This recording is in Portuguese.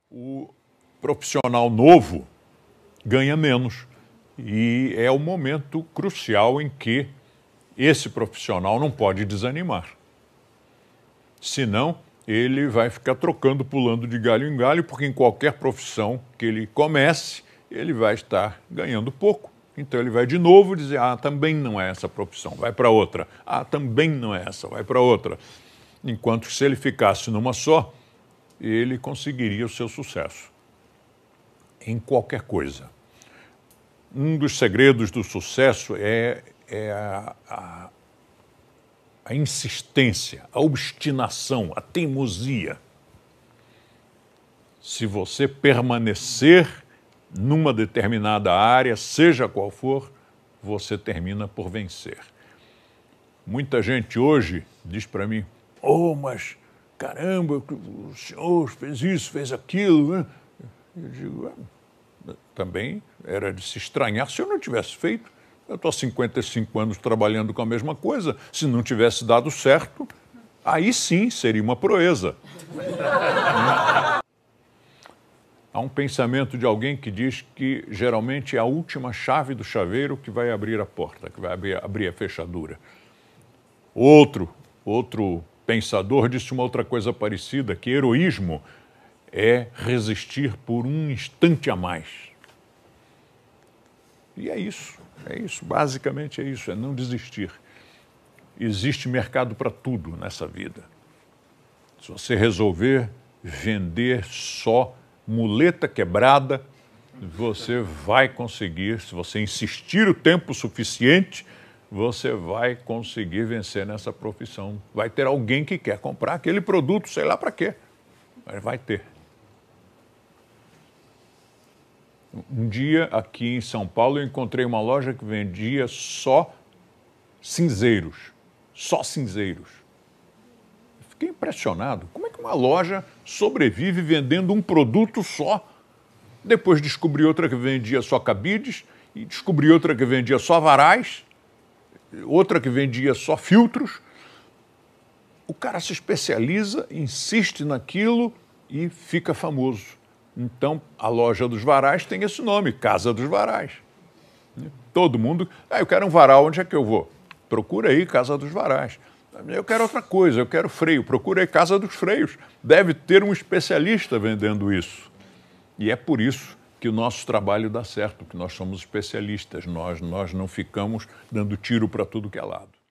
O profissional novo ganha menos e é o momento crucial em que esse profissional não pode desanimar. Senão, ele vai ficar trocando, pulando de galho em galho, porque em qualquer profissão que ele comece, ele vai estar ganhando pouco. Então ele vai de novo dizer, também não é essa profissão, vai para outra. Também não é essa, vai para outra. Enquanto que se ele ficasse numa só, ele conseguiria o seu sucesso em qualquer coisa. Um dos segredos do sucesso é a insistência, a obstinação, a teimosia. Se você permanecer numa determinada área, seja qual for, você termina por vencer. Muita gente hoje diz para mim, mas caramba, o senhor fez isso, fez aquilo, né? Eu digo, também era de se estranhar se eu não tivesse feito. Eu estou há 55 anos trabalhando com a mesma coisa. Se não tivesse dado certo, aí sim seria uma proeza. Há um pensamento de alguém que diz que geralmente é a última chave do chaveiro que vai abrir a porta, que vai abrir a fechadura. Outro pensador disse uma outra coisa parecida, que heroísmo é resistir por um instante a mais. E é isso, basicamente é isso, é não desistir. Existe mercado para tudo nessa vida. Se você resolver vender só muleta quebrada, você vai conseguir, se você insistir o tempo suficiente, você vai conseguir vencer nessa profissão. Vai ter alguém que quer comprar aquele produto, sei lá para quê, mas vai ter. Um dia, aqui em São Paulo, eu encontrei uma loja que vendia só cinzeiros. Só cinzeiros. Fiquei impressionado. Como é que uma loja sobrevive vendendo um produto só? Depois descobri outra que vendia só cabides, e descobri outra que vendia só varais, outra que vendia só filtros. O cara se especializa, insiste naquilo e fica famoso. Então, a loja dos varais tem esse nome, Casa dos Varais. Todo mundo, eu quero um varal, onde é que eu vou? Procura aí, Casa dos Varais. Eu quero outra coisa, eu quero freio, procura aí, Casa dos Freios. Deve ter um especialista vendendo isso. E é por isso que o nosso trabalho dá certo, que nós somos especialistas, nós não ficamos dando tiro para tudo que é lado.